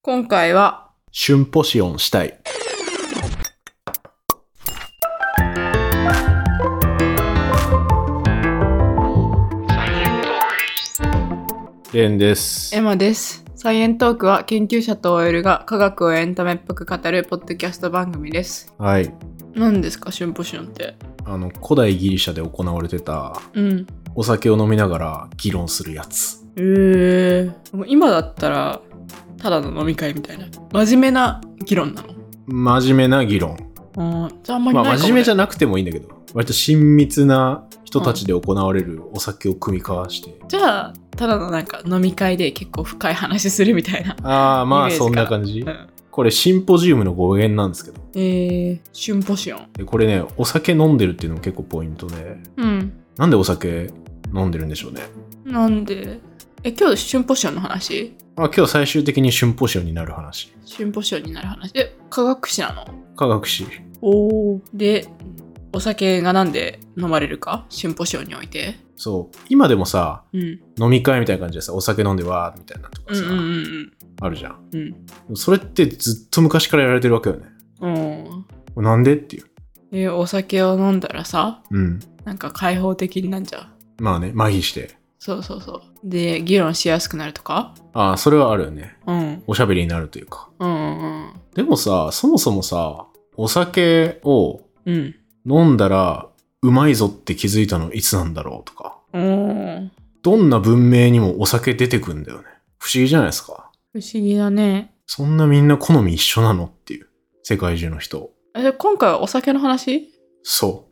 今回はシュンポシオンしたい。レンです。 エマです。サイエントークは研究者と OL が科学をエンタメっぽく語るポッドキャスト番組です。 はい。 何ですかシュンポシオンって？ 古代ギリシャで行われてた、お酒を飲みながら議論するやつ。 もう今だったらただの飲み会みたいな真面目な議論なの？ 真面目な議論。 じゃああんまりないかもね。 真面目じゃなくてもいいんだけど、割と親密な人たちで行われるお酒を組み交わして、 じゃあただのなんか飲み会で結構深い話するみたいな。 まあそんな感じ、これシンポジウムの語源なんですけど、 シュンポシオンでこれね、お酒飲んでるっていうのも結構ポイントで、なんでお酒飲んでるんでしょうね。 なんで今日シュンポシオンの話？ 今日最終的にシュンポシオンになる話。 シュンポシオンになる話。科学史なの？ 科学史。 で、お酒がなんで飲まれるか、シュンポシオンにおいて。 そう。今でもさ、飲み会みたいな感じでさ、お酒飲んでわーみたいなとかさ、あるじゃん。それってずっと昔からやられてるわけよね。なんでっていう。 お酒を飲んだらさ、なんか開放的になんじゃう。 まあね、麻痺して。 そう。で、議論しやすくなるとか？ それはあるよね。おしゃべりになるというか。でもさ、そもそもさ、お酒を飲んだらうまいぞって気づいたのいつなんだろうとか。どんな文明にもお酒出てくんだよね。不思議じゃないですか。 不思議だね。 そんなみんな好み一緒なのっていう。世界中の人。 今回はお酒の話？ そう。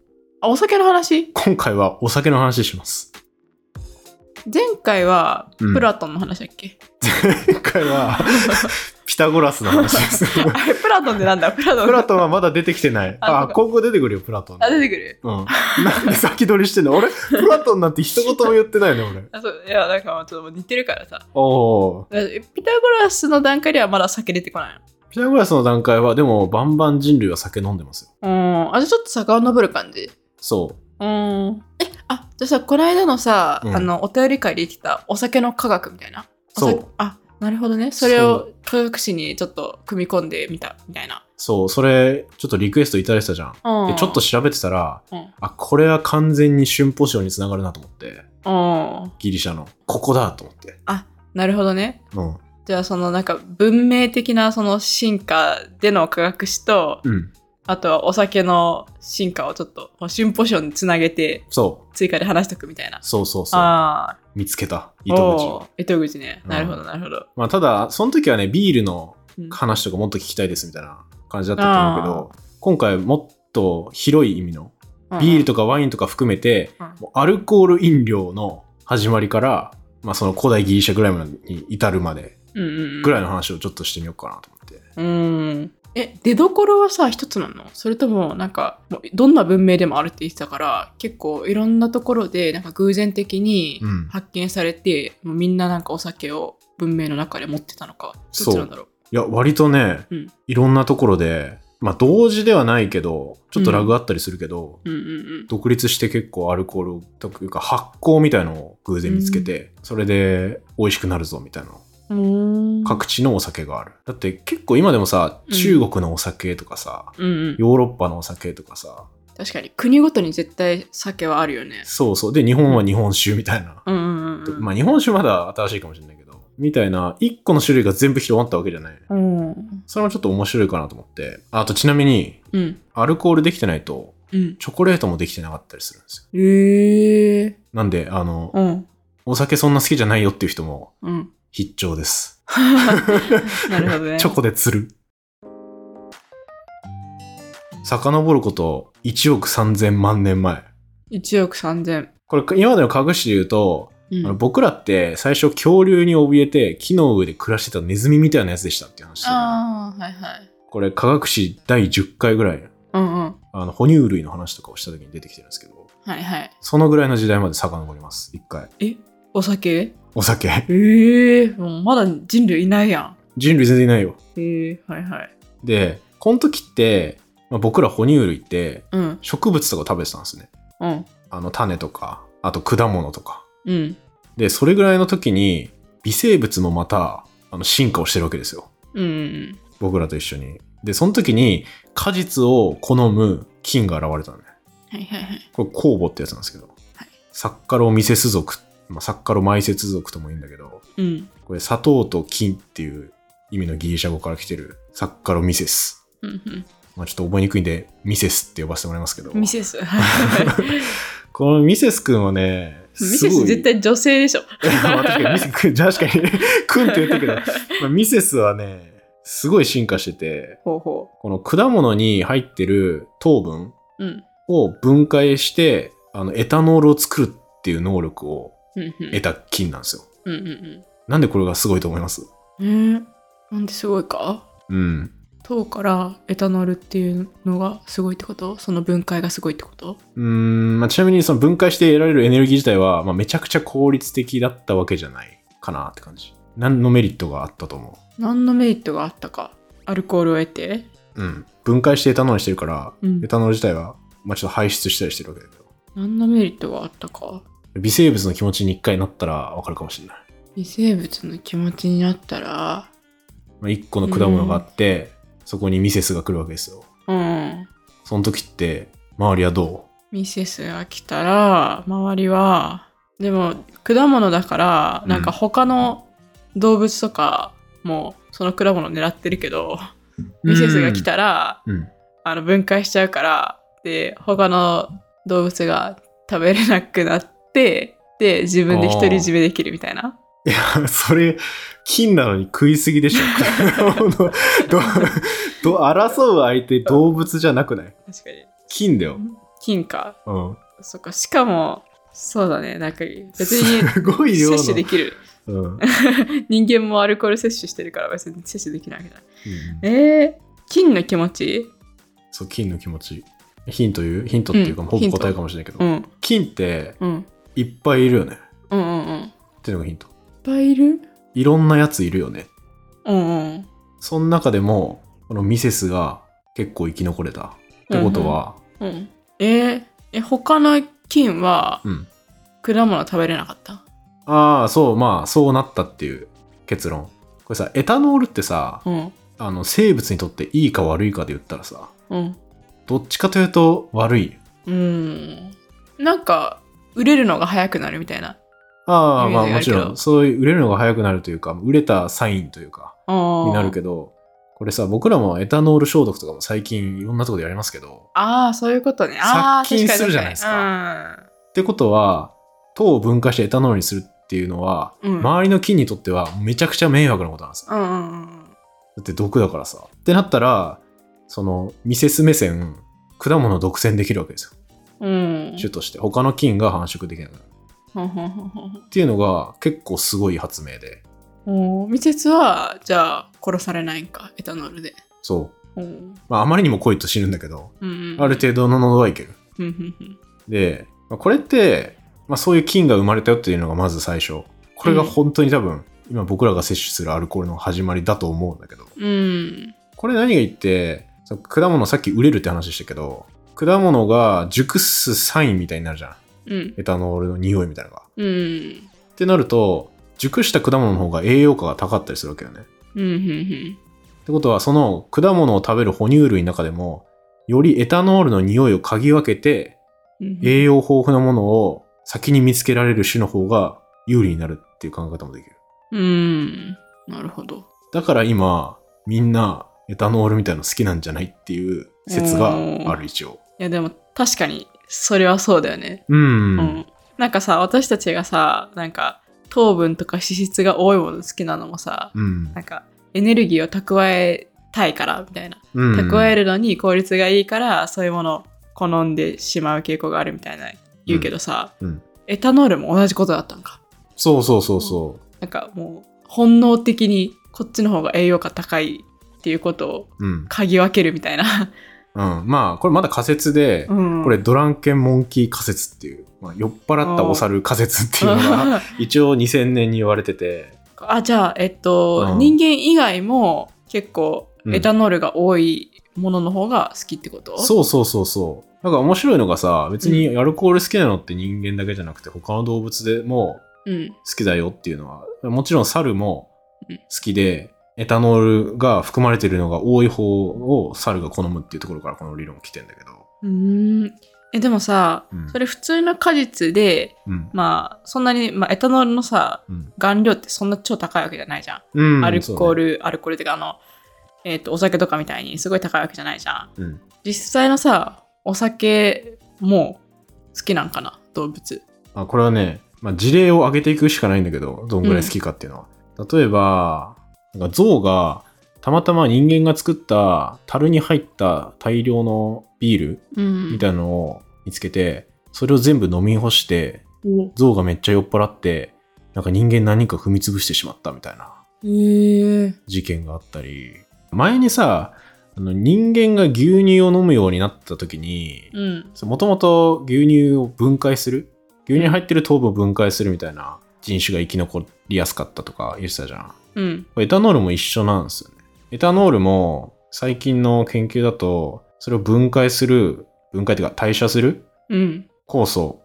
お酒の話？ 今回はお酒の話します。 前回はプラトンの話だっけ？ 前回はピタゴラスの話ですプラトンってなんだ？プラトンはまだ出てきてない。今後出てくるよ、プラトン。 出てくる？ なんで先取りしてんの？俺プラトンなんて一言も言ってないね、俺。 そういや、なんかちょっと似てるからさ。ピタゴラスの段階ではまだ酒出てこないの？ ピタゴラスの段階はでもバンバン人類は酒飲んでますよ。 じゃあちょっと遡る感じ？ そう。 じゃあさ、この間のさ、お便り会で言ってたお酒の科学みたいな。 そう。 なるほどね。それを科学史にちょっと組み込んでみたみたいな。 そう、それちょっとリクエストいただいてたじゃん。でちょっと調べてたら、これは完全にシュンポシオンにつながるなと思って。ギリシャのここだと思って。 なるほどね。じゃあそのなんか文明的なその進化での科学史と、あとはお酒の進化をちょっとシュンポシオンにつなげて、追加で話しとくみたいな。 そう。見つけた。糸口ね。なるほど。 まあただ、その時はね、ビールの話とかもっと聞きたいですみたいな感じだったと思うけど、今回もっと広い意味の、ビールとかワインとか含めて、もうアルコール飲料の始まりから、まあその古代ギリシャぐらいまでに至るまで、ぐらいの話をちょっとしてみようかなと思って。 出どころはさ一つなの？それともなんかもうどんな文明でもあるって言ってたから、結構いろんなところでなんか偶然的に発見されて、もうみんななんかお酒を文明の中で持ってたのか、どっちなんだろう？ いや割とね、いろんなところで、まあ同時ではないけどちょっとラグあったりするけど、独立して結構アルコールというか発酵みたいのを偶然見つけて、それで美味しくなるぞみたいなの。各地のお酒がある。だって結構今でもさ、中国のお酒とかさ、ヨーロッパのお酒とかさ、 確かに国ごとに絶対酒はあるよね。 そうで日本は日本酒みたいな、まあ日本酒まだ新しいかもしれないけどみたいな一個の種類が全部広まったわけじゃない、それもちょっと面白いかなと思って。あとちなみに、アルコールできてないと、チョコレートもできてなかったりするんですよ。なんでお酒そんな好きじゃないよっていう人も、必聴です。 なるほどね。 チョコで釣る。遡ること1億3000万年前。 1億3000。 これ今までの科学史で言うと、僕らって最初恐竜に怯えて木の上で暮らしてたネズミみたいなやつでしたっていう話。これ科学史第10回ぐらい、哺乳類の話とかをした時に出てきてるんですけど、そのぐらいの時代まで遡ります。一回。 お酒もうまだ人類いないやん。 人類全然いないよ。でこの時って、僕ら哺乳類って、植物とか食べてたんですね。種とかあと果物とか、でそれぐらいの時に微生物もまた進化をしてるわけですよ。 うん、 僕らと一緒に。で、その時に果実を好む菌が現れたのね。 はいはいはい。 これ酵母ってやつなんですけど、はい、サッカロミセス属、サッカロマイセス属とも言うんだけど、 うん、 これ砂糖と菌っていう意味のギリシャ語から来てるサッカロミセス。 うんうんちょっと覚えにくいんでミセスって呼ばせてもらいますけど。 ミセスこのミセスくんはね、 ミセス絶対女性でしょ。 確かにミセスくん、確かにくんって言ったけど、ミセスはね、すごい進化してて、 ほうほう、 この果物に入ってる糖分を分解して、エタノールを作るっていう能力を得た菌なんですよ。 うんうんうん、 なんでこれがすごいと思います？ なんですごいか？ うん。 糖からエタノールっていうのがすごいってこと？その分解がすごいってこと？ ちなみにその分解して得られるエネルギー自体は、めちゃくちゃ効率的だったわけじゃないかなって感じ。何のメリットがあったと思う？ 何のメリットがあったか？アルコールを得て？ うん。分解してエタノールしてるから、エタノール自体は、ちょっと排出したりしてるわけだけど。 何のメリットがあったか？ 微生物の気持ちに一回なったらわかるかもしれない。 微生物の気持ちになったら、 一個の果物があって、そこにミセスが来るわけですよ。 うん。 その時って周りはどう？ミセスが来たら周りはでも果物だからなんか他の動物とかもその果物狙ってるけど、ミセスが来たら、分解しちゃうからで他の動物が食べれなくなってで自分で独り占めできるみたいな。 いや、それ、菌なのに食いすぎでしょ。争う相手動物じゃなくない？ 確かに。 菌だよ。 菌か。 うん。 そっか、しかも、そうだね、なんか別にすごい量の摂取できる。 うん、 人間もアルコール摂取してるから別に摂取できないわけだ。菌の気持ち？ そう、菌の気持ち。ヒントっていうか、ほぼ答えかもしれないけど、菌って、いっぱいいるよね。っていうのがヒント。 いっぱいいる？ いろんなやついるよね。その中でもこのミセスが結構生き残れたってことは、 他の菌は、果物食べれなかった？ そうなったっていう結論。これさ、エタノールってさ、生物にとっていいか悪いかで言ったらさ、どっちかというと悪い。 なんか売れるのが早くなるみたいな。 もちろん、そういう売れるのが早くなるというか、売れたサインというか、になるけど、これさ、僕らもエタノール消毒とかも最近いろんなところでやりますけど、 そういうことね。 殺菌するじゃないですか。ってことは、糖を分解してエタノールにするっていうのは、周りの菌にとってはめちゃくちゃ迷惑なことなんですよ。だって毒だからさ。ってなったら、その、ミセス目線、果物を独占できるわけですよ。種として。他の菌が繁殖できない。っていうのが結構すごい発明で。 ミセスはじゃあ殺されないんか、エタノールで。 そう。あまりにも濃いと死ぬんだけど、ある程度の喉はいける。で、これって、そういう菌が生まれたよっていうのがまず最初。これが本当に多分、今僕らが摂取するアルコールの始まりだと思うんだけど。これ何が言って、果物さっき売れるって話したけど、果物が熟すサインみたいになるじゃん。エタノールの匂いみたいなのが。ってなると、熟した果物の方が栄養価が高かったりするわけよね。ってことは、その果物を食べる哺乳類の中でも、よりエタノールの匂いを嗅ぎ分けて、栄養豊富なものを先に見つけられる種の方が有利になるっていう考え方もできる。 なるほど。 だから今、みんなエタノールみたいなの好きなんじゃないっていう説がある一応。 いやでも確かに、それはそうだよね。なんかさ、私たちがさ、なんか糖分とか脂質が多いもの好きなのもさ、なんかエネルギーを蓄えたいからみたいな、蓄えるのに効率がいいからそういうものを好んでしまう傾向があるみたいな言うけどさ、エタノールも同じことだったんか。 そう。 なんかもう本能的にこっちの方が栄養価高いっていうことを嗅ぎ分けるみたいな。 これまだ仮説で、これドランケンモンキー仮説っていう、酔っ払ったお猿仮説っていうのが一応2000年に言われてて。 じゃあ、人間以外も結構エタノールが多いものの方が好きってこと？ そう。なんか面白いのがさ、別にアルコール好きなのって人間だけじゃなくて他の動物でも好きだよっていうのは、もちろん猿も好きで、 エタノールが含まれているのが多い方を猿が好むっていうところからこの理論来てんだけど。 でもさ、それ普通の果実で、まあそんなに、エタノールのさ、含量ってそんな超高いわけじゃないじゃん。アルコールっていうかお酒とかみたいにすごい高いわけじゃないじゃん。実際のさ、お酒も好きなんかな、動物。 これはね、事例を挙げていくしかないんだけど、どんぐらい好きかっていうのは。例えば、象がたまたま人間が作った樽に入った大量のビールみたいなのを見つけて、それを全部飲み干して、象がめっちゃ酔っ払って、なんか人間何か踏み潰してしまったみたいな事件があったり、前にさ、人間が牛乳を飲むようになった時に、もともと牛乳を分解する、牛乳に入ってる糖分を分解するみたいな人種が生き残りやすかったとか言ってたじゃん。エタノールも一緒なんですよね。エタノールも最近の研究だと、それを分解っていうか代謝する、酵素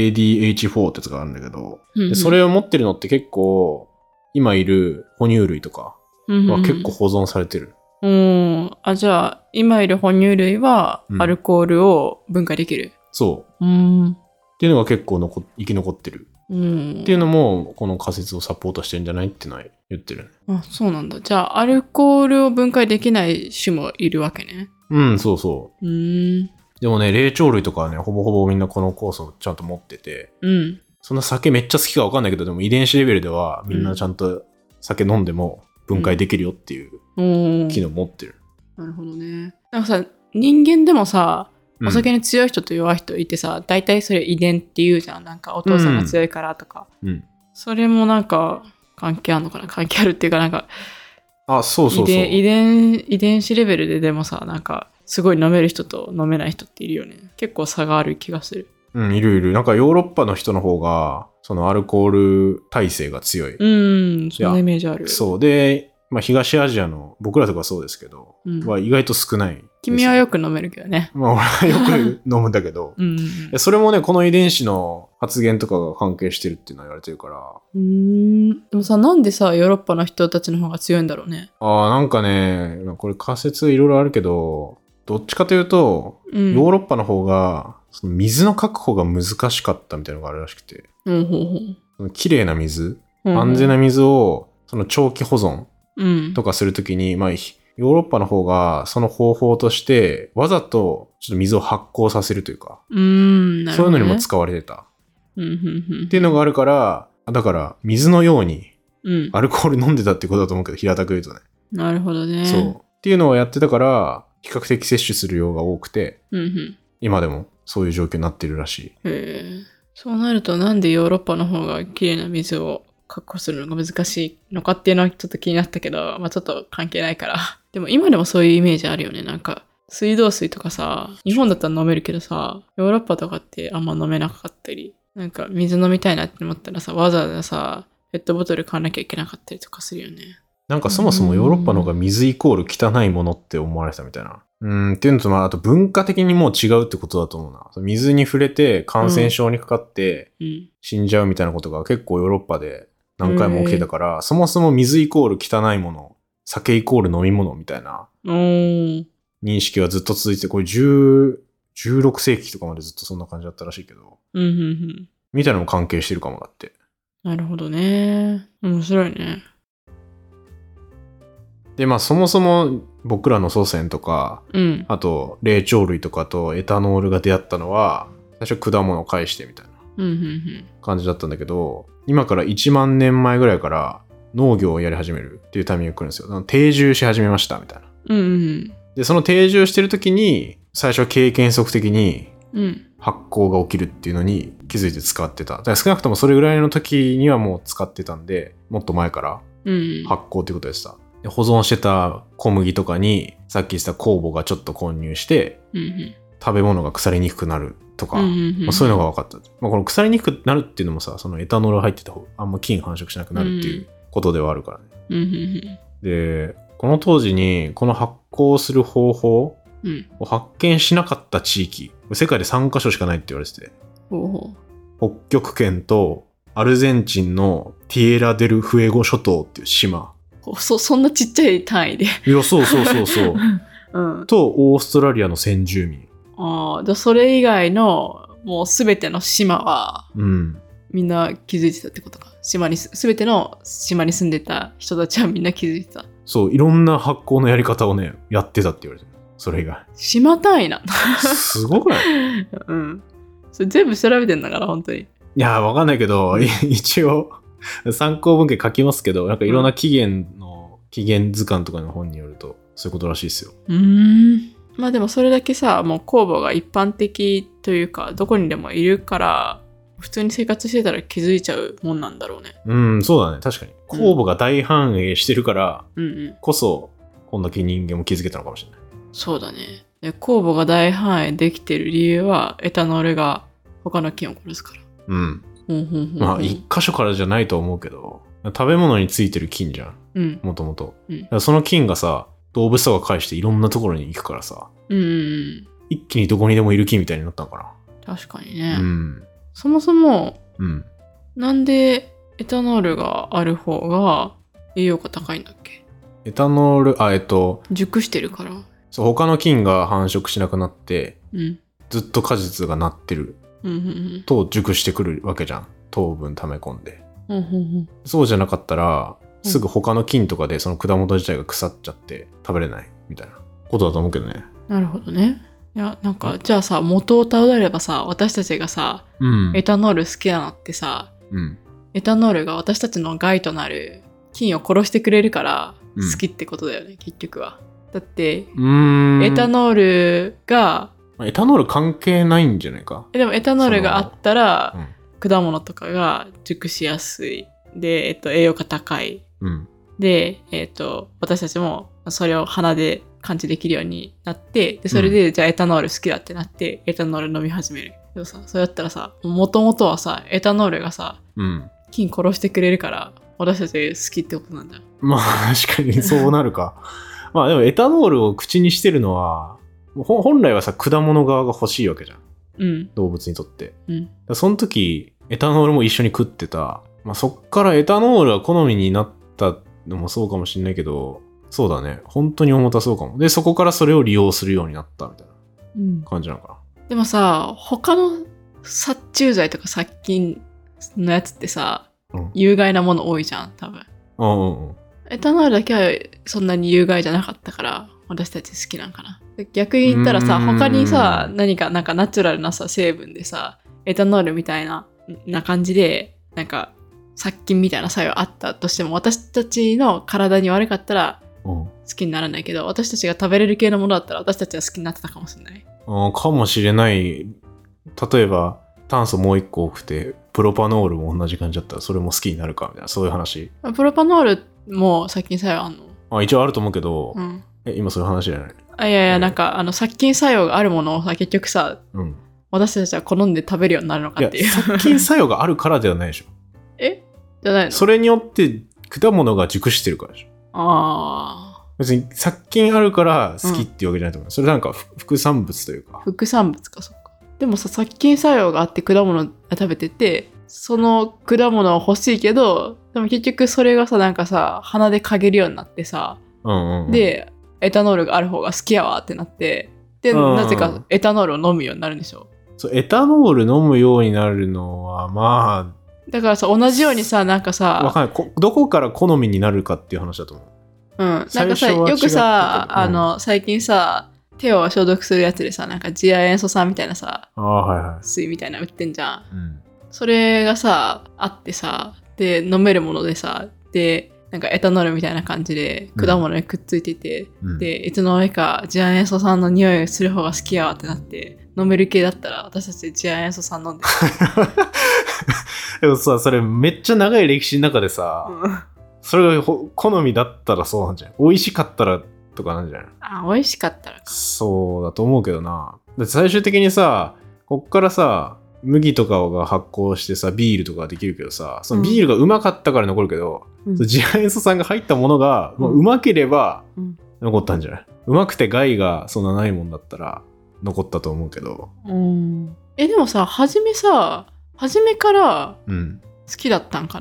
ADH4 ってやつがあるんだけど、でそれを持ってるのって結構今いる哺乳類とかは結構保存されてる。 じゃあ今いる哺乳類はアルコールを分解できる。 そう。っていうのが結構生き残ってる。っていうのもこの仮説をサポートしてるんじゃないってのは言ってる。 そうなんだ。じゃあアルコールを分解できない種もいるわけね。 そうそう。でもね、霊長類とかはね、ほぼほぼみんなこの酵素をちゃんと持ってて、そんな酒めっちゃ好きかわかんないけど、でも遺伝子レベルではみんなちゃんと酒飲んでも分解できるよっていう機能持ってる。 なるほどね。なんかさ、人間でもさ、お酒に強い人と弱い人いてさ、大体それ遺伝って言うじゃん。なんかお父さんが強いからとか。それもなんか関係あるのかな、関係あるっていうかなんか、 そう。 遺伝子レベルででもさ、なんかすごい飲める人と飲めない人っているよね。結構差がある気がする。 いる。なんかヨーロッパの人の方が、そのアルコール耐性が強い。 そんなイメージある。 そう。で、東アジアの、僕らとかそうですけど、は意外と少ない。 君はよく飲めるけどね。 俺はよく飲むんだけど、それもね、この遺伝子の発現とかが関係してるっていうのは言われてるから。 でもさ、なんでさ、ヨーロッパの人たちの方が強いんだろうね。 なんかね、これ仮説いろいろあるけど、どっちかというと、ヨーロッパの方が、その水の確保が難しかったみたいなのがあるらしくて。綺麗な水、安全な水を、その長期保存とかするときに、ヨーロッパの方がその方法としてわざとちょっと水を発酵させるというか、そういうのにも使われてたっていうのがあるから、だから水のようにアルコール飲んでたってことだと思うけど、平たく言うとね。 なるほどね。 そうっていうのをやってたから比較的摂取する量が多くて、今でもそういう状況になってるらしい。 そうなるとなんでヨーロッパの方が綺麗な水を確保するのが難しいのかっていうのはちょっと気になったけど、ちょっと関係ないから。でも今でもそういうイメージあるよね。なんか水道水とかさ、日本だったら飲めるけどさ、ヨーロッパとかってあんま飲めなかったり、なんか水飲みたいなって思ったらさ、わざわざさ、ペットボトル買わなきゃいけなかったりとかするよね。 なんかそもそもヨーロッパの方が水イコール汚いものって思われてたみたいな。っていうのと、あと文化的にもう違うってことだと思うな。水に触れて感染症にかかって死んじゃうみたいなことが結構ヨーロッパで何回も起きてたから、そもそも水イコール汚いもの、酒イコール飲み物みたいな認識はずっと続いて、これ16世紀とかまでずっとそんな感じだったらしいけど、みたいなのも関係してるかもだって。 なるほどね。面白いね。 で、そもそも僕らの祖先とか、あと霊長類とかとエタノールが出会ったのは、最初果物を介してみたいな感じだったんだけど、今から1万年前ぐらいから農業をやり始めるっていうタイミングが来るんですよ。定住し始めましたみたいな。で、その定住してる時に、最初は経験則的に発酵が起きるっていうのに気づいて使ってた。だから少なくともそれぐらいの時にはもう使ってたんで、もっと前から発酵っていうことでした。で、保存してた小麦とかにさっき言った酵母がちょっと混入して、食べ物が腐りにくくなるとか、そういうのが分かった。この腐りにくくなるっていうのもさ、そのエタノール入ってた方、あんま菌繁殖しなくなるっていうことではあるからね。で、この当時にこの発酵する方法を発見しなかった地域、世界で3カ所しかないって言われてて、北極圏とアルゼンチンのティエラ・デル・フエゴ諸島っていう島、 そんなちっちゃい単位で。 いや、そう、うん。と、オーストラリアの先住民。 それ以外の、もうすべての島は、 うん。 みんな気づいてたってことか。すべての島に住んでた人たちはみんな気づいてた。 そう、いろんな発酵のやり方をね、やってたって言われてる。それ以外。 島単位なんだ。 すごくない？ うん。それ全部調べてんだから、本当に。いや、わかんないけど、一応、参考文献書きますけど、なんかいろんな起源図鑑とかの本によると、そういうことらしいですよ。 まあでもそれだけさ、もう酵母が一般的というか、どこにでもいるから、普通に生活してたら気づいちゃうもんなんだろうね。 うん、そうだね。確かに。酵母が大繁栄してるから、こそ、こんだけ人間も気づけたのかもしれない。 そうだね。で酵母が大繁栄できてる理由は、エタノールが他の菌を殺すから。 うん。まあ、一箇所からじゃないと思うけど、食べ物についてる菌じゃん。もともと。その菌がさ、動物とか介していろんなところに行くからさ、一気にどこにでもいる菌みたいになったのかな。確かにね。そもそも、なんでエタノールがある方が栄養価高いんだっけ？ エタノール、 熟してるから。 そう、他の菌が繁殖しなくなって、ずっと果実がなってると熟してくるわけじゃん。糖分溜め込んで。そうじゃなかったら、すぐ他の菌とかでその果物自体が腐っちゃって食べれないみたいなことだと思うけどね。 なるほどね。いや、なんか、じゃあさ、元をたどればさ、私たちがさ、エタノール好きなのってさ、エタノールが私たちの害となる菌を殺してくれるから好きってことだよね、結局は。だって、エタノールが、 エタノール関係ないんじゃないか。 でもエタノールがあったら、果物とかが熟しやすい。で、栄養価高い。で、私たちもそれを鼻で感知できるようになって、で、それで、じゃあエタノール好きだってなって、エタノール飲み始める。でもさ、そうやったらさ、もともとはさ、エタノールがさ、菌殺してくれるから、私たち好きってことなんだよ。 まあ、確かにそうなるか。まあでもエタノールを口にしてるのは、本来はさ、果物側が欲しいわけじゃん。動物にとって。その時、エタノールも一緒に食ってた。まあそっからエタノールが好みになったのもそうかもしれないけど、そうだね。本当に重たそうかも。で、そこからそれを利用するようになったみたいな感じなのかな。 でもさ、他の殺虫剤とか殺菌のやつってさ、有害なもの多いじゃん、多分。エタノールだけはそんなに有害じゃなかったから、私たち好きなんかな。逆に言ったらさ、他にさ、何かなんかナチュラルなさ、成分でさ、エタノールみたいな感じで、なんか殺菌みたいな作用あったとしても、私たちの体に悪かったら好きにならないけど、私たちが食べれる系のものだったら私たちは好きになってたかもしれない。 かもしれない。例えば炭素もう一個多くてプロパノールも同じ感じだったらそれも好きになるかみたいな、そういう話。 プロパノールも殺菌作用あんの？ 一応あると思うけど、今そういう話じゃない？ いや、なんか殺菌作用があるものをさ、結局さ、私たちは好んで食べるようになるのかっていう。 殺菌作用があるからではないでしょ。 じゃないの？ それによって果物が熟してるからでしょ。別に殺菌あるから好きっていうわけじゃないと思う。それなんか副産物というか。 副産物か、そっか。でもさ、殺菌作用があって果物食べてて、その果物は欲しいけど、でも結局それがさ、なんかさ、鼻で嗅げるようになってさ、で、エタノールがある方が好きやわってなって、で、なぜかエタノールを飲むようになるんでしょ。 そう、エタノール飲むようになるのは、まあ、 だからさ、同じようにさ、なんかさ、 わかんない。どこから好みになるかっていう話だと思う。 なんかさ、よくさ、最近さ、手を消毒するやつでさ、なんか次亜塩素酸みたいなさ、水みたいな売ってんじゃん。それがさ、あってさ、で、飲めるものでさ、で、なんかエタノールみたいな感じで果物にくっついてて、で、いつの間にか次亜塩素酸の匂いする方が好きやわってなって、飲める系だったら私たち次亜塩素酸飲んでる。 でもさ、それめっちゃ長い歴史の中でさ、それが好みだったらそうなんじゃない？美味しかったらとかなんじゃない？ 美味しかったらか。 そうだと思うけどな。だって最終的にさ、こっからさ、麦とかが発酵してさ、ビールとかができるけどさ、そのビールがうまかったから残るけど、次亜塩素酸が入ったものが、うまければ残ったんじゃない？うまくて害がそんなないもんだったら残ったと思うけど。 でもさ、初めから好きだったんかな。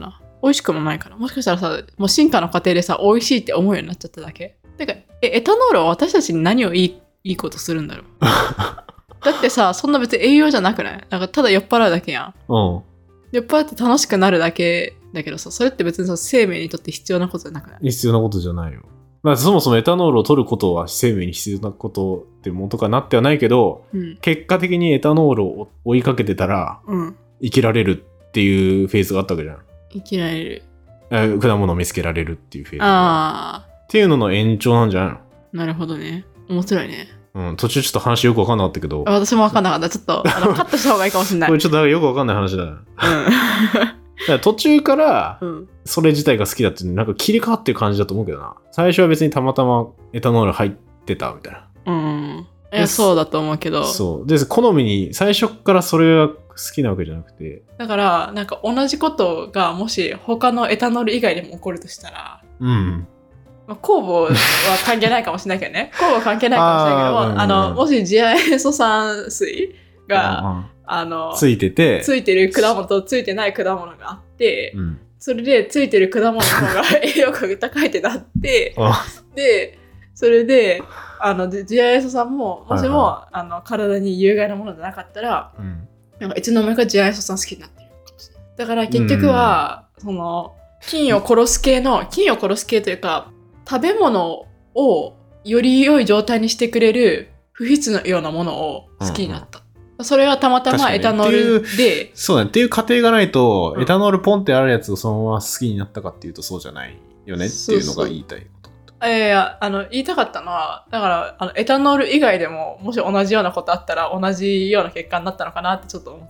美味しくもないから。もしかしたらさ、もう進化の過程でさ、美味しいって思うようになっちゃっただけ。てか、エタノールは私たちに何をいいことするんだろう。だってさ、そんな別に栄養じゃなくない？なんかただ酔っ払うだけやん。酔っ払って楽しくなるだけだけどさ、それって別にさ、生命にとって必要なことじゃなくない？ 必要なことじゃないよ。まあ、そもそもエタノールを取ることは生命に必要なことって元からなってはないけど、結果的にエタノールを追いかけてたら、生きられるっていうフェーズがあったわけじゃん。 生きられる。 果物を見つけられるっていうフェーズ。っていうのの延長なんじゃないの？ なるほどね。面白いね。 途中ちょっと話よく分かんなかったけど。 私も分かんなかった。ちょっとカットした方がいいかもしれない。 これちょっとよく分かんない話だ。だから途中からそれ自体が好きだってなんか切り替わってる感じだと思うけどな。最初は別にたまたまエタノール入ってたみたいな。 いや、そうだと思うけど。 そうで、好みに最初からそれが好きなわけじゃなくて、 だからなんか同じことがもし他のエタノール以外でも起こるとしたら、酵母は関係ないかもしれないけどね。酵母は関係ないかもしれないけど、もし次亜塩素酸水が、 ついてる果物とついてない果物があって、それでついてる果物の方が栄養価が高いってなって、で、それで、次亜塩素酸も、もしも、体に有害なものじゃなかったら、なんかいつの間にか次亜塩素酸好きになってるかもしれない。だから結局は、菌を殺す系というか、食べ物をより良い状態にしてくれる不必のようなものを好きになった。それはたまたまエタノールで。 そうだね。っていう過程がないと、エタノールポンってあるやつをそのまま好きになったかっていうとそうじゃないよねっていうのが言いたいこと。 いや、言いたかったのは、だから、エタノール以外でも、もし同じようなことあったら、同じような結果になったのかなってちょっと思って。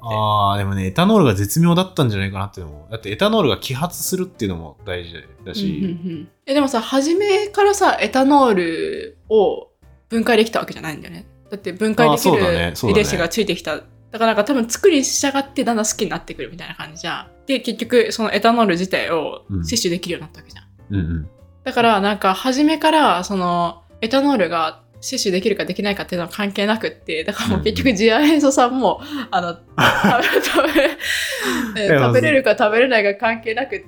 でもね、エタノールが絶妙だったんじゃないかなって思う。だって、エタノールが揮発するっていうのも大事だし。 でもさ、初めからさ、エタノールを分解できたわけじゃないんだよね。だって分解できる遺伝子がついてきた。だからなんか多分作りに従ってだんだん好きになってくるみたいな感じじゃん。で、結局、そのエタノール自体を摂取できるようになったわけじゃん。だからなんか初めからそのエタノールが摂取できるかできないかっていうのは関係なくって、だからもう結局次亜塩素酸も食べれるか食べれないか関係なくって、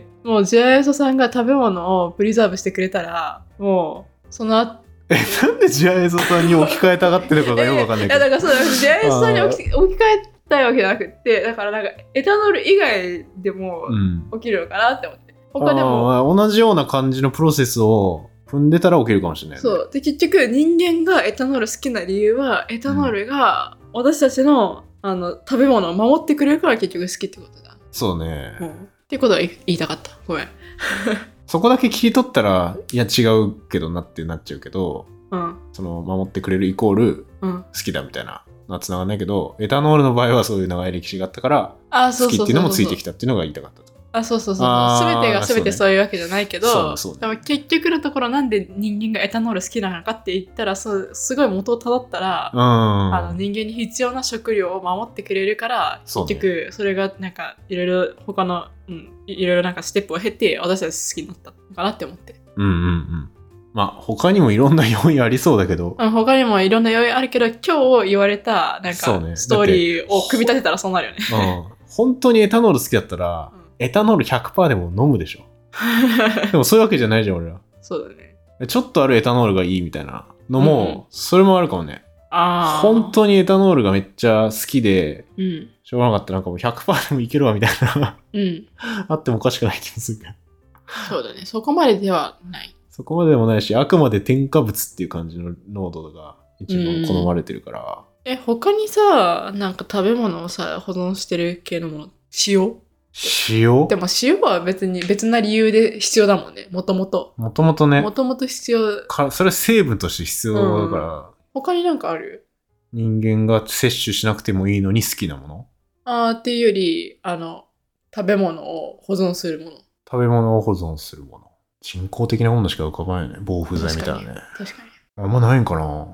もう次亜塩素酸が食べ物をプリザーブしてくれたら、もうその後なんで次亜塩素酸に置き換えたがってるかがよくわかんないけど。 だからそう次亜塩素酸に置き換えたいわけじゃなくって、だからなんかエタノール以外でも起きるのかなって思って。他でも同じような感じのプロセスを踏んでたら起きるかもしれない、ね。 そうで結局人間がエタノール好きな理由はエタノールが私たちの、食べ物を守ってくれるから結局好きってことだ。 そうね。 っていうことは言いたかった。ごめん。 そこだけ切り取ったらいや違うけどなってなっちゃうけど、その守ってくれるイコール好きだみたいなのは繋がんないけど、エタノールの場合はそういう長い歴史があったから好きっていうのもついてきたっていうのが言いたかったと。 そう。全てが全てそういうわけじゃないけど、でも結局のところなんで人間がエタノール好きなのかって言ったら、すごい元をたどったら、人間に必要な食料を守ってくれるから、結局それがなんかいろいろ他の、いろいろなんかステップを経て私たち好きになったのかなって思って。 まあ他にもいろんな要因ありそうだけど。 他にもいろんな要因あるけど、今日言われたなんかストーリーを組み立てたらそうなるよね。 本当にエタノール好きだったら、エタノール 100% でも飲むでしょ。でもそういうわけじゃないじゃん、俺ら。 そうだね。 ちょっとあるエタノールがいいみたいなのも、それもあるかもね。本当にエタノールがめっちゃ好きで、しょうがなかったらなんかもう 100% でもいけるわみたいな、あってもおかしくない気もするけど。 そうだね。そこまでではない。 そこまででもないし、あくまで添加物っていう感じの濃度が一番好まれてるから。 他にさ、なんか食べ物をさ、保存してる系のもの、塩でも塩は別な理由で必要だもんね。もともとね。もともと必要。 それは成分として必要だから。 他になんかある？ 人間が摂取しなくてもいいのに好きなもの？っていうより、食べ物を保存するもの。 食べ物を保存するもの。人工的なものしか浮かばないよね。防腐剤みたいなね。 確かに。 あんまないんかな。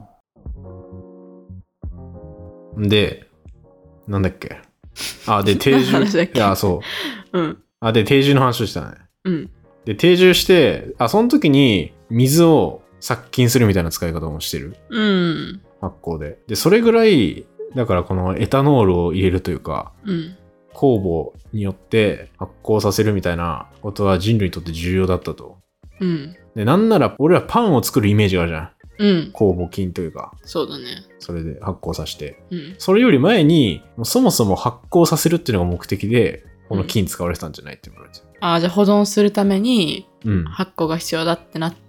で、なんだっけ。で、定住。いや、そう。で、定住の話をしたね。で、定住して、その時に水を殺菌するみたいな使い方もしてる。発酵で。で、それぐらい、だからこのエタノールを入れるというか、 酵母によって発酵させるみたいなことは人類にとって重要だったと。 うん。 で、なんなら俺らパンを作るイメージがあるじゃん。 うん。 酵母菌というか。 そうだね。 それで発酵させて。 うん。 それより前に、そもそも発酵させるっていうのが目的で、この菌使われてたんじゃないって言われてる。 ああ、じゃあ保存するために、発酵が必要だってなって、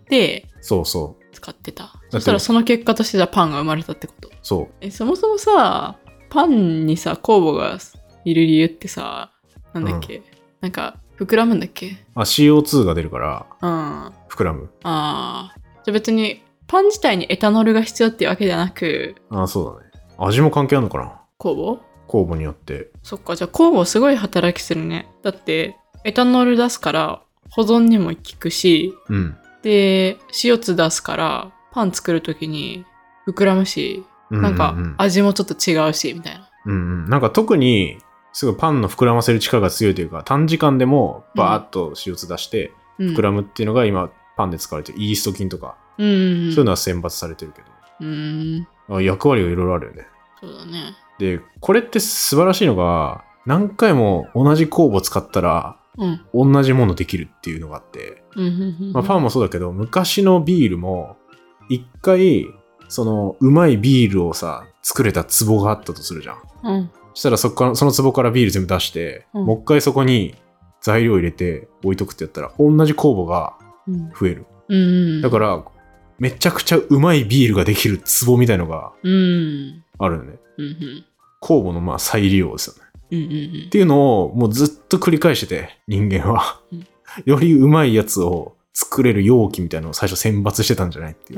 そうそう。 使ってた。そしたらその結果としてじゃあパンが生まれたってこと？ そう。 そもそもさ、パンにさ、酵母がいる理由ってさ、なんだっけ、なんか、膨らむんだっけ？ CO2 が出るから、膨らむ。 じゃあ別に、パン自体にエタノールが必要っていうわけではなく、 そうだね。味も関係あるのかな？ 酵母によって。 そっか、じゃあ酵母すごい働きするね。だって、エタノール出すから保存にも効くし、で、CO2 出すからパン作るときに膨らむし、なんか味もちょっと違うし、みたいな。 なんか特に、すごいパンの膨らませる力が強いというか、短時間でもバーッと CO2 出して膨らむっていうのが今パンで使われてるイースト菌とか、そういうのは選抜されてるけど、役割がいろいろあるよね。 そうだね。 で、これって素晴らしいのが、何回も同じ酵母使ったら、同じものできるっていうのがあって、パンもそうだけど、昔のビールも、一回、その、うまいビールをさ、作れた壺があったとするじゃん。そしたらその壺からビール全部出して、もう一回そこに材料入れて置いとくってやったら、同じ酵母が増える。だから、めちゃくちゃうまいビールができる壺みたいのがあるよね。酵母の再利用ですよね。っていうのをもうずっと繰り返してて、人間は。よりうまいやつを作れる容器みたいなのを最初選抜してたんじゃないっていう。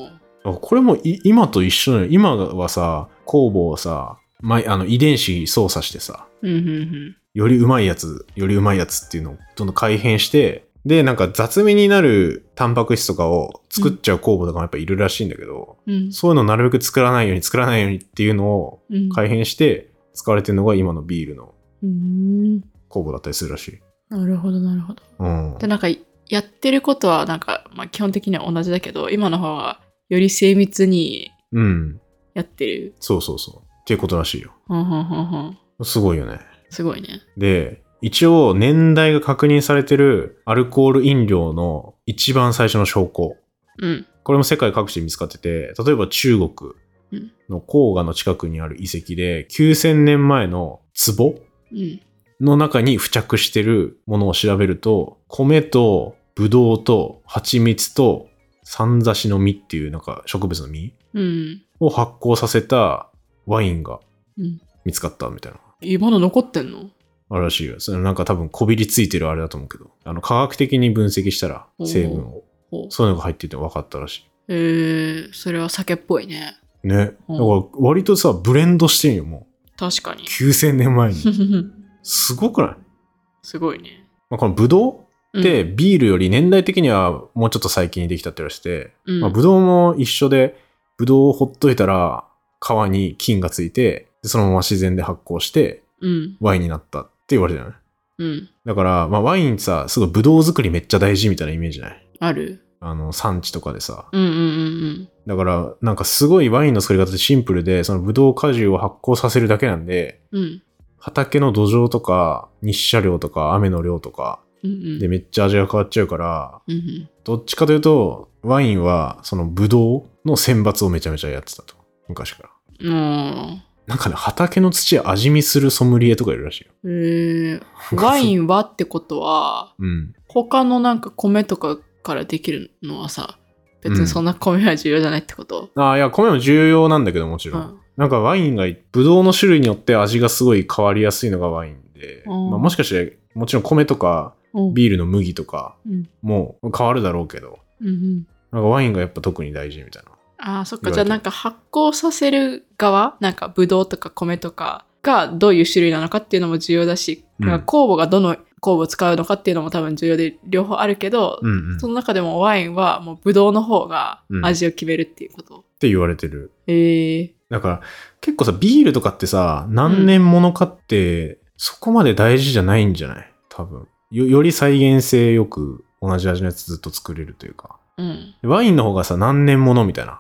これも今と一緒なのよ。今はさ、酵母をさ、遺伝子操作してさ、よりうまいやつっていうのをどんどん改変して、で、なんか雑味になるタンパク質とかを作っちゃう酵母とかもやっぱいるらしいんだけど、そういうのをなるべく作らないようにっていうのを改変して使われてるのが今のビールの酵母だったりするらしい。 なるほど、なるほど。で、なんかやってることはなんか、基本的には同じだけど、今の方がより精密にやってる。 そう。っていうことらしいよ。すごいよね。 すごいね。 で、一応年代が確認されてるアルコール飲料の一番最初の証拠。これも世界各地で見つかってて、例えば中国の黄河の近くにある遺跡で9000年前の壺の中に付着してるものを調べると、米とブドウと蜂蜜とサンザシの実っていうなんか植物の実を発酵させたワインが見つかったみたいな。 まだ残ってんの？ あるらしいよ。それなんか多分こびりついてるあれだと思うけど、科学的に分析したら成分を、そういうのが入ってて分かったらしい。それは酒っぽいね。 ね。だから割とさ、ブレンドしてんよ、もう。 確かに。 9000年前に。すごくない？ すごいね。 このブドウってビールより年代的にはもうちょっと最近にできたって言われてて、ブドウも一緒で、ブドウをほっといたら皮に菌がついて、そのまま自然で発酵して、ワインになったって言われてるよね。だから、ワインさ、すごいブドウ作りめっちゃ大事みたいなイメージない？ ある。 産地とかでさ。だから、なんかすごいワインの作り方ってシンプルで、そのブドウ果汁を発酵させるだけなんで、畑の土壌とか、日射量とか、雨の量とか、でめっちゃ味が変わっちゃうから、どっちかというと、ワインはそのブドウの選抜をめちゃめちゃやってたと。昔から。なんかね、畑の土味見するソムリエとかいるらしいよ。 ワインはってことは、他のなんか米とかからできるのはさ、別にそんな米は重要じゃないってこと？ いや、米も重要なんだけどもちろん。なんかワインが、ブドウの種類によって味がすごい変わりやすいのがワインで、もしかしてもちろん米とかビールの麦とかも変わるだろうけど、なんかワインがやっぱ特に大事みたいな。 そっか。じゃあなんか発酵させる側、なんかブドウとか米とかがどういう種類なのかっていうのも重要だし、酵母がどの酵母を使うのかっていうのも多分重要で両方あるけど、その中でもワインはもうブドウの方が味を決めるっていうこと、 って言われてる。だから結構さ、ビールとかってさ、何年ものかってそこまで大事じゃないんじゃない？多分。より再現性よく同じ味のやつずっと作れるというか。ワインの方がさ、何年ものみたいな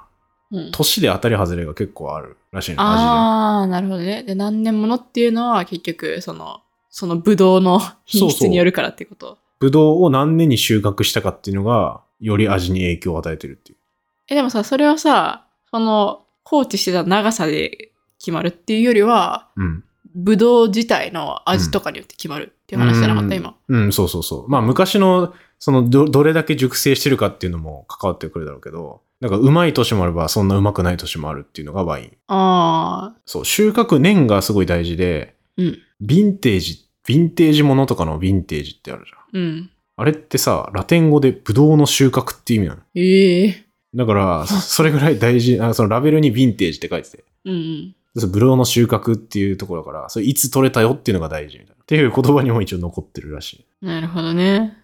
年で当たり外れが結構あるらしいね、味で。 ああ、なるほどね。で、何年ものっていうのは結局、そのブドウの品質によるからってこと。 ブドウを何年に収穫したかっていうのが、より味に影響を与えてるっていう。 でもさ、それはさ、放置してた長さで決まるっていうよりは、ブドウ自体の味とかによって決まるっていう話じゃなかった、今。 そうそうそう。まあ昔の、どれだけ熟成してるかっていうのも関わってくるだろうけど、なんかうまい年もあればそんなうまくない年もあるっていうのがワイン。そう、収穫年がすごい大事で、ヴィンテージものとかのヴィンテージってあるじゃん。あれってさ、ラテン語でブドウの収穫って意味なの。だから、それぐらい大事、そのラベルにヴィンテージって書いてて。ブドウの収穫っていうところだから、それいつ取れたよっていうのが大事みたいな。っていう言葉にも一応残ってるらしい。 なるほどね。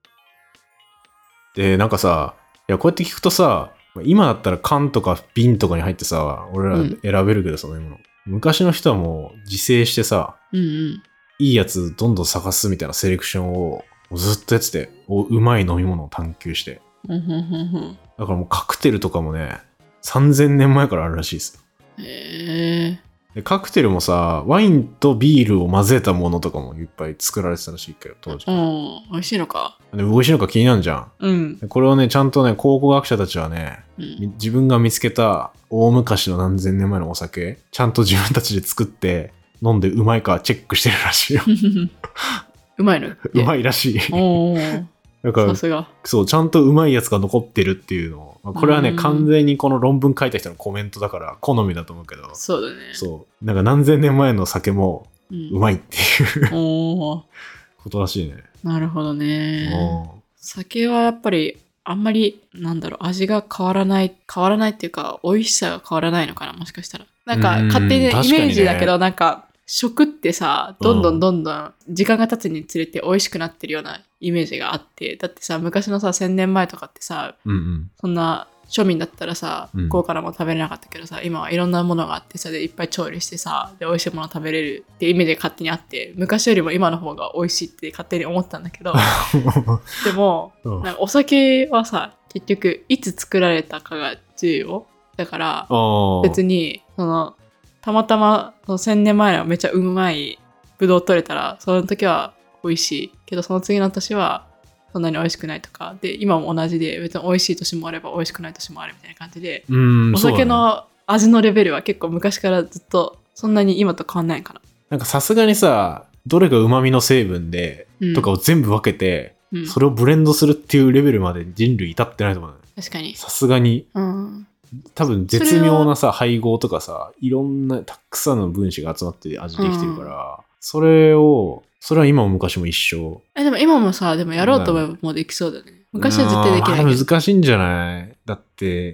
で、なんかさ、いや、こうやって聞くとさ、今だったら缶とか瓶とかに入ってさ、俺ら選べるけどさ、昔の人はもう自生してさ、いいやつどんどん探すみたいなセレクションをずっとやってて、うまい飲み物を探求して。だからもうカクテルとかもね、3000年前からあるらしいです。でカクテルもさ、ワインとビールを混ぜたものとかもいっぱい作られてたらしいけど、当時。 美味しいのか。 で美味しいのか気になるじゃん。これをね、ちゃんとね、考古学者たちはね、自分が見つけた大昔の何千年前のお酒、ちゃんと自分たちで作って飲んでうまいかチェックしてるらしいよ。 うまいの？ うまいらしい。だから、そう、ちゃんとうまいやつが残ってるっていうのを、これはね、完全にこの論文書いた人のコメントだから、好みだと思うけど。 そうだね。 そう。なんか何千年前の酒も、うまいっていうことらしいね。 なるほどね。酒はやっぱり、あんまり、味が変わらないっていうか、美味しさが変わらないのかな、もしかしたら。なんか、勝手にイメージだけど、なんか、食ってさ、どんどん時間が経つにつれて美味しくなってるようなイメージがあって、だってさ、昔のさ、1000年前とかってさ、そんな庶民だったらさ、高価なもの食べれなかったけどさ、今はいろんなものがあってさ、でいっぱい調理してさ、で美味しいもの食べれるってイメージが勝手にあって、昔よりも今の方が美味しいって勝手に思ったんだけど、でも、なんかお酒はさ、結局いつ作られたかが重要だから、別にたまたま1000年前のめっちゃうまいブドウ取れたら、その時は美味しいけど、その次の年はそんなに美味しくないとかで、今も同じで別に美味しい年もあれば美味しくない年もあるみたいな感じで、お酒の味のレベルは結構昔からずっとそんなに今と変わんないかな。 なんかさすがにさ、どれが旨味の成分で、とかを全部分けて、それをブレンドするっていうレベルまで人類至ってないと思う。 確かに。 さすがに。多分絶妙なさ、配合とかさ、いろんなたくさんの分子が集まって味できてるから、それは今も昔も一緒。 でも今もさ、でもやろうと思えばもうできそうだね。昔は絶対できないけど。 難しいんじゃない？だって、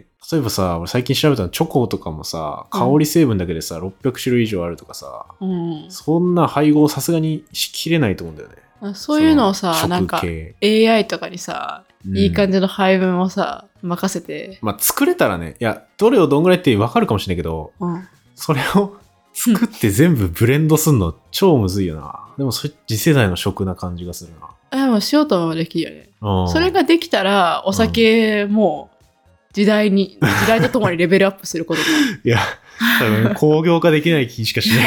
例えばさ、俺最近調べたのチョコとかもさ、香り成分だけでさ、600種類以上あるとかさ、そんな配合さすがにしきれないと思うんだよね。 そういうのをさ、なんか AI とかにさ、いい感じの配分をさ、任せて。 まあ作れたらね、いや、どれをどんぐらいって分かるかもしれないけど、それを作って全部ブレンドすんの超むずいよな。でもそれ次世代の食な感じがするな。 でもしようと思えばできるよね。それができたら、お酒も時代とともにレベルアップすることになる。 いや、多分工業化できない気しかしない。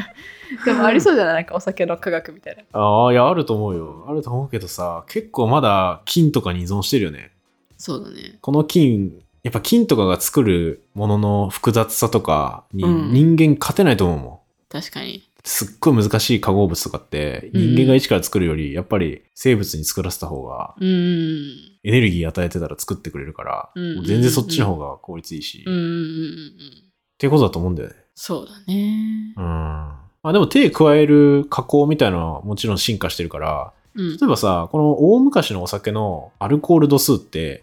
でもありそうじゃない？なんかお酒の科学みたいな。 いや、あると思うよ。あると思うけどさ、結構まだ菌とかに依存してるよね。 そうだね。 この菌、やっぱ菌とかが作るものの複雑さとかに人間勝てないと思うもん。 確かに。 すっごい難しい化合物とかって人間が一から作るよりやっぱり生物に作らせた方がエネルギー与えてたら作ってくれるからもう全然そっちの方が効率いいしっていうことだと思うんだよね。 そうだね。 でも手加える加工みたいなのはもちろん進化してるから、例えばさ、この大昔のお酒のアルコール度数って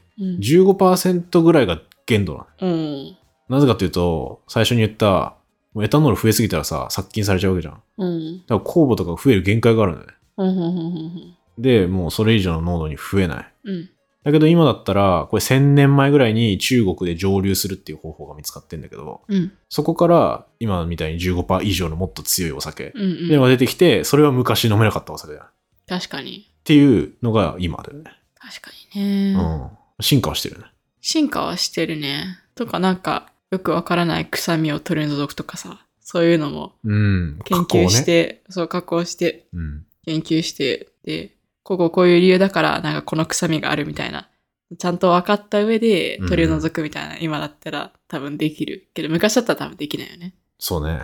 15% ぐらいが限度なの。なぜかというと、最初に言った、もうエタノール増えすぎたらさ、殺菌されちゃうわけじゃん。だから酵母とか増える限界があるんだよね。で、もうそれ以上の濃度に増えない。だけど今だったら、これ1000年前ぐらいに中国で蒸留するっていう方法が見つかってんだけど、そこから今みたいに 15% 以上のもっと強いお酒っていうのが出てきて、それは昔飲めなかったお酒だよ。 確かに。 っていうのが今だよね。 確かにね。 進化はしてるね。 進化はしてるね。とかなんか、 よくわからない臭みを取り除くとかさ、そういうのも研究して、そう、加工して、研究して、で、こういう理由だから、なんかこの臭みがあるみたいな、ちゃんと分かった上で取り除くみたいな、今だったら多分できる。けど、昔だったら多分できないよね。 そうね。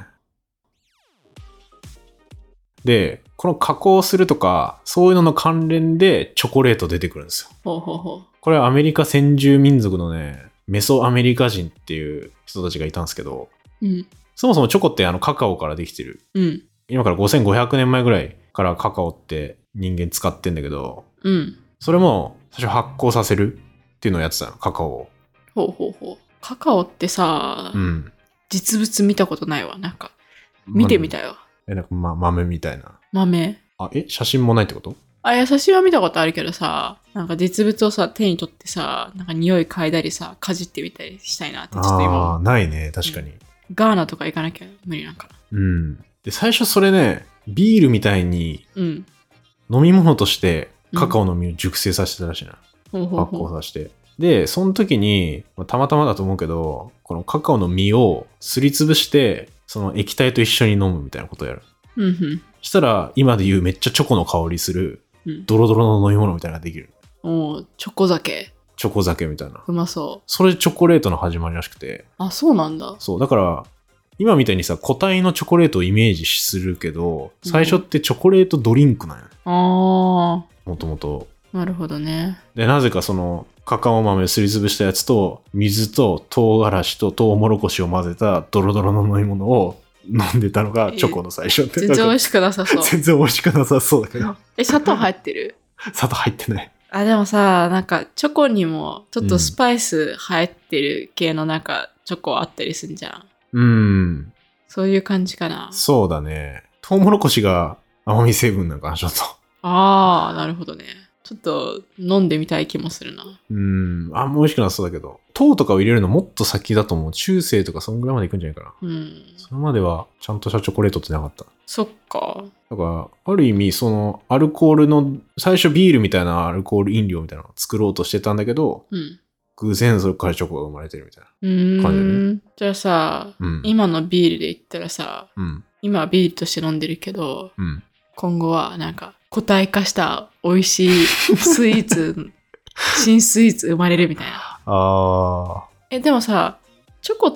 で、この加工するとか、そういうのの関連でチョコレート出てくるんですよ。 ほうほうほう。 これはアメリカ先住民族のね、メソアメリカ人っていう人たちがいたんですけど、そもそもチョコってカカオからできてる。今から5500年前ぐらいからカカオって人間使ってんだけど、それも最初発酵させるっていうのをやってたの、カカオを。 ほうほうほう。カカオってさ、実物見たことないわ。なんか、見てみたよ。 なんか豆みたいな。 豆。 写真もないってこと？ いや、写真は見たことあるけどさ、なんか実物をさ、手に取ってさ、なんか匂い嗅いだりさ、かじってみたりしたいなってちょっと今。 ないね、確かに。 ガーナとか行かなきゃ無理なんかな。 で、最初それね、ビールみたいに、飲み物としてカカオの実を熟成させてたらしいな。発酵させて。で、その時に、たまたまだと思うけど、このカカオの実をすりつぶして、その液体と一緒に飲むみたいなことをやる。したら、今で言うめっちゃチョコの香りする、ドロドロの飲み物みたいなのができる。 チョコ酒。 チョコ酒みたいな。 うまそう。 それチョコレートの始まりらしくて。 そうなんだ。 そう、だから、今みたいにさ、固体のチョコレートをイメージするけど、最初ってチョコレートドリンクなんよ。もともと。 なるほどね。 で、なぜかその、カカオ豆をすりつぶしたやつと、水と唐辛子とトウモロコシを混ぜたドロドロの飲み物を飲んでたのがチョコの最初って。 全然美味しくなさそう。 全然美味しくなさそうだけど。 砂糖入ってる？ 砂糖入ってない。 でもさ、なんかチョコにもちょっとスパイス入ってる系のなんかチョコあったりすんじゃん。そういう感じかな。 そうだね。トウモロコシが甘み成分なんかな、ちょっと。 なるほどね。ちょっと飲んでみたい気もするな。 あんま美味しくなさそうだけど。糖とかを入れるのもっと先だと思う。中世とかそんぐらいまでいくんじゃないかな。それまではちゃんとしたチョコレートってなかった。 そっか。 だから、ある意味、その、アルコールの、最初ビールみたいなアルコール飲料みたいなのを作ろうとしてたんだけど、偶然それからチョコが生まれてるみたいな感じでね。 じゃあさ、今のビールで言ったらさ、今はビールとして飲んでるけど、今後はなんか固体化した美味しいスイーツ、新スイーツ生まれるみたいな。でもさ、チョコって、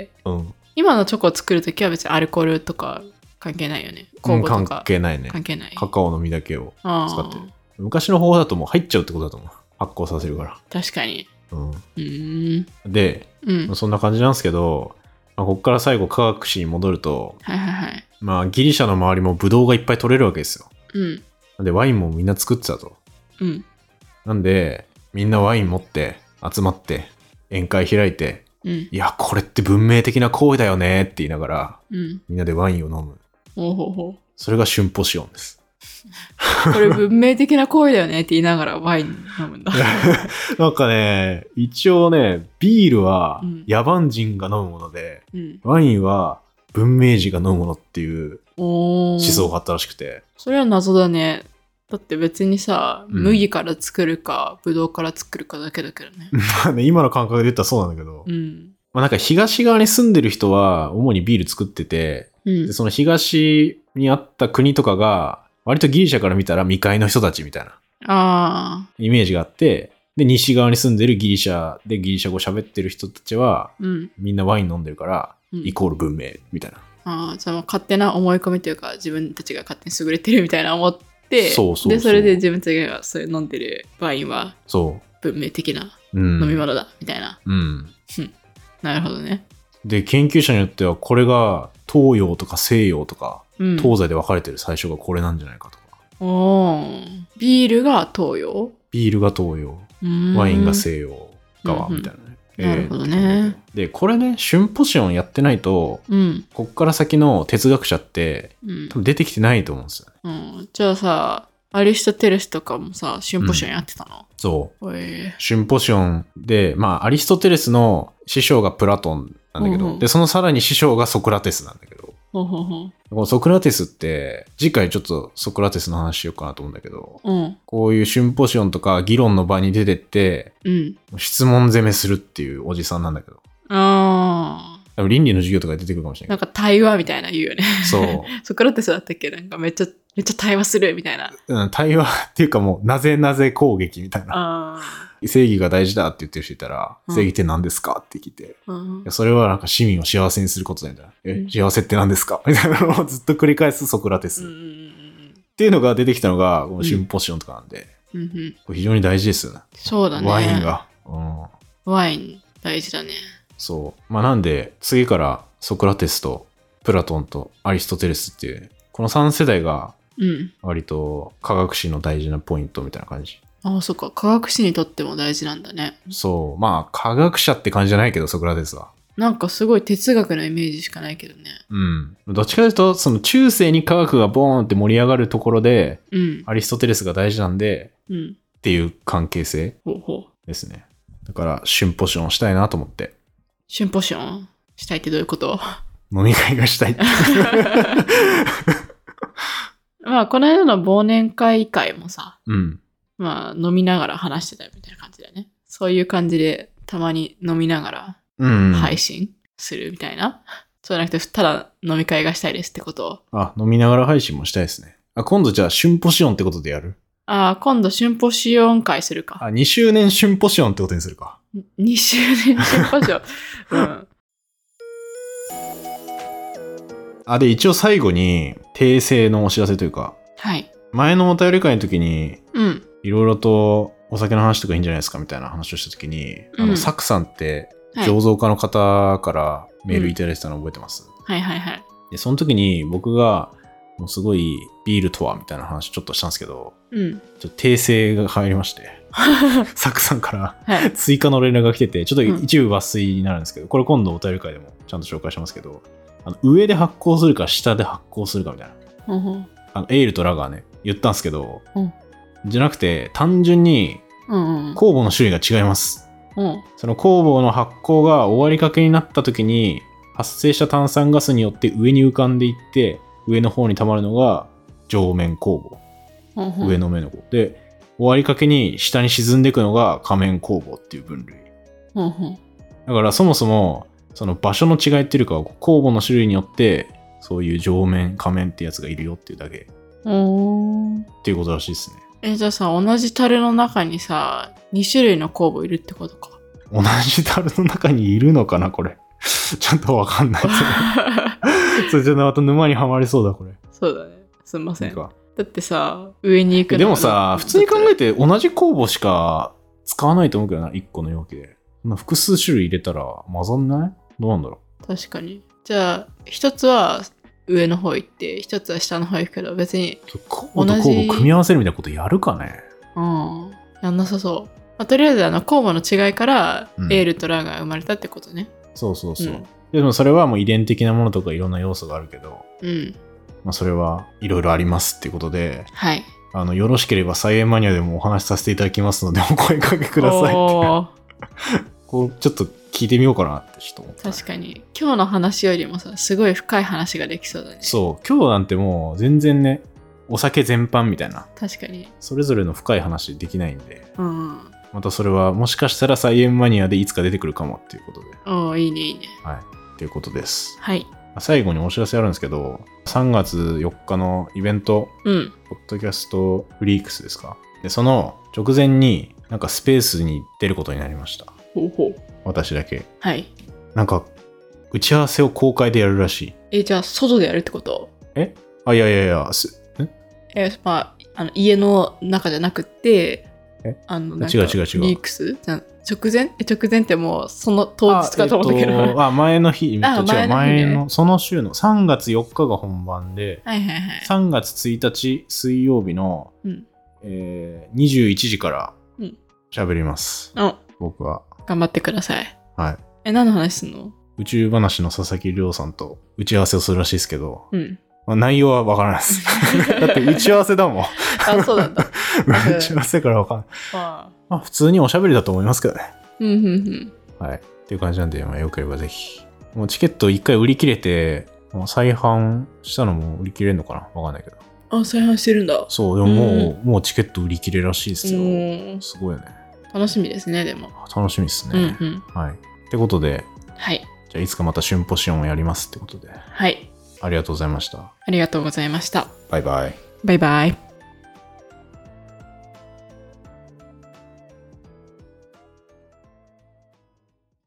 今のチョコを作るときは別にアルコールとか関係ないよね。 酵母とか。関係ないね。 関係ない。 カカオの実だけを使ってる。昔の方法だともう入っちゃうってことだと思う。発酵させるから。 確かに。 で、そんな感じなんですけど、ここから最後科学史に戻ると、ギリシャの周りもブドウがいっぱい取れるわけですよ。で、ワインもみんな作ってたと。なんで、みんなワイン持って集まって宴会開いて、いや、これって文明的な行為だよねって言いながら、みんなでワインを飲む。それがシュンポシオンです。 これ文明的な行為だよねって言いながらワイン飲むんだ。 なんかね、一応ね、ビールは野蛮人が飲むもので、ワインは文明人が飲むものっていう思想があったらしくて。それは謎だね。だって別にさ、麦から作るか、ブドウから作るかだけだけどね。 まあね、今の感覚で言ったらそうなんだけど、なんか東側に住んでる人は主にビール作ってて、でその東にあった国とかが、割とギリシャから見たら未開の人たちみたいなイメージがあって、で、西側に住んでるギリシャでギリシャ語喋ってる人たちは、みんなワイン飲んでるから、イコール文明みたいな。 じゃあもう勝手な思い込みというか、自分たちが勝手に優れてるみたいな思って、で、それで自分たちがそれ飲んでるワインは、文明的な飲み物だ、みたいな。なるほどね。 で、研究者によっては、これが東洋とか西洋とか、東西で分かれてる最初がこれなんじゃないかとか。 ビールが東洋？ ビールが東洋。ワインが西洋側みたいなね。 なるほどね。 で、これね、シュンポシオンやってないと、こっから先の哲学者って、多分出てきてないと思うんですよ。 じゃあさ、アリストテレスとかもさ、シュンポシオンやってたの？ そう。シュンポシオンで、アリストテレスの師匠がプラトンなんだけど、で、そのさらに師匠がソクラテスなんだけど、このソクラテスって、次回ちょっとソクラテスの話しようかなと思うんだけど、こういうシュンポシオンとか議論の場に出てって、質問攻めするっていうおじさんなんだけど。 多分倫理の授業とかで出てくるかもしれない。 なんか対話みたいな言うよね。 そう。 ソクラテスだったっけ？なんかめっちゃ対話するみたいな。 うん、対話っていうかもう、なぜ攻撃みたいな。正義が大事だって言ってる人いたら、正義って何ですかって聞いて、いやそれはなんか市民を幸せにすることだみたいな。幸せって何ですかみたいなのをずっと繰り返すソクラテス。っていうのが出てきたのが、このシンポシオンとかなんで、これ非常に大事ですよね。 そうだね。 ワインが。 ワイン大事だね。 そう。まあなんで、次からソクラテスとプラトンとアリストテレスっていう、この3世代が、割と科学史の大事なポイントみたいな感じ。 ああ、そっか。科学史にとっても大事なんだね。 そう。まあ、科学者って感じじゃないけど、ソクラテスは。 なんかすごい哲学のイメージしかないけどね。 うん。どっちかというと、その中世に科学がボーンって盛り上がるところで、アリストテレスが大事なんで、っていう関係性ですね。だから、シンポシオンしたいなと思って。 シンポシオンしたいってどういうこと？ 飲み会がしたいって。 まあ、この間の忘年会もさ、まあ、飲みながら話してたみたいな感じだよね。そういう感じで、たまに飲みながら配信するみたいな。そうじゃなくて、ただ飲み会がしたいですってことを。 あ、飲みながら配信もしたいですね。あ、今度じゃあ、シンポシオンってことでやる？ あ、今度シンポシオン会するか。 あ、2周年シンポシオンってことにするか。 2周年シンポシオン。 で、一応最後に、訂正のお知らせというか。 はい。 前のお便り会の時に、いろいろとお酒の話とかいいんじゃないですかみたいな話をした時に、サクさんって、醸造家の方からメールいただいてたの覚えてます？ はいはいはい。 で、その時に僕が、もうすごいビールとはみたいな話ちょっとしたんですけど、ちょっと訂正が入りまして、サクさんから追加の連絡が来てて、ちょっと一部抜粋になるんですけど、これ今度お便り会でもちゃんと紹介しますけど、上で発酵するか下で発酵するかみたいな。エールとラガーね、言ったんですけど、じゃなくて単純に酵母の種類が違います。その酵母の発酵が終わりかけになった時に発生した炭酸ガスによって上に浮かんでいって上の方に溜まるのが上面酵母、上の面の酵母で、終わりかけに下に沈んでいくのが下面酵母っていう分類。だからそもそもその場所の違いっていうか酵母の種類によってそういう上面下面ってやつがいるよっていうだけっていうことらしいですね。 じゃあさ、同じ樽の中にさ2種類の酵母いるってことか。 同じ樽の中にいるのかなこれ。ちょっとわかんない。それじゃまた沼にはまりそうだこれ。 そうだね。すんません。だってさ、上に行くのでもさ、普通に考えて同じ酵母しか使わないと思うけどな、1個の容器で。複数種類入れたら混ざんない？どうなんだろう。確かに。じゃあ、一つは上の方行って、一つは下の方行くけど、別に酵母と酵母組み合わせるみたいなことやるかね？ やんなさそう。とりあえず酵母の違いから、エールとラが生まれたってことね。 そうそうそう。でもそれはもう遺伝的なものとかいろんな要素があるけど、それはいろいろありますっていうことで、 はい。 よろしければ菜園マニアでもお話しさせていただきますのでお声かけくださいってこうちょっと聞いてみようかなってちょっと思って。 確かに今日の話よりもさ、すごい深い話ができそうだね。 そう、今日なんてもう全然ね、お酒全般みたいな、 確かにそれぞれの深い話できないんで、またそれはもしかしたら菜園マニアでいつか出てくるかもっていうことで。 いいねいいね。 はい、ということです。 はい。 最後にお知らせあるんですけど、3月4日のイベント、ポッドキャストフリークスですか。で、その直前になんかスペースに出ることになりました。私だけ。 はい。 なんか打ち合わせを公開でやるらしい。じゃあ外でやるってこと？ いやまあ、家の中じゃなくて、 違う。 リークスじゃ直前ってもうその当日かと思ったけど、 前の日、前のその週の3月4日が本番で、3月1日水曜日の、21時から喋ります、僕は。 頑張ってください。 はい。 何の話すんの？ 宇宙話の佐々木亮さんと打ち合わせをするらしいですけど、内容はわからないです。だって打ち合わせだもん。 そうなんだ。 打ち合わせからわかんない。普通におしゃべりだと思いますけどね。はい。っていう感じなんで、よければぜひ。もうチケット1回売り切れて、もう再販したのも売り切れるのかな？わかんないけど。 再販してるんだ。 そう、でももうチケット売り切れらしいですよ。すごいよね。 楽しみですね、でも。 楽しみですね。はい。ってことで、 じゃあいつかまたシュンポシオンをやりますってことで。 はい。 ありがとうございました。 ありがとうございました。 バイバイ。 バイバイ。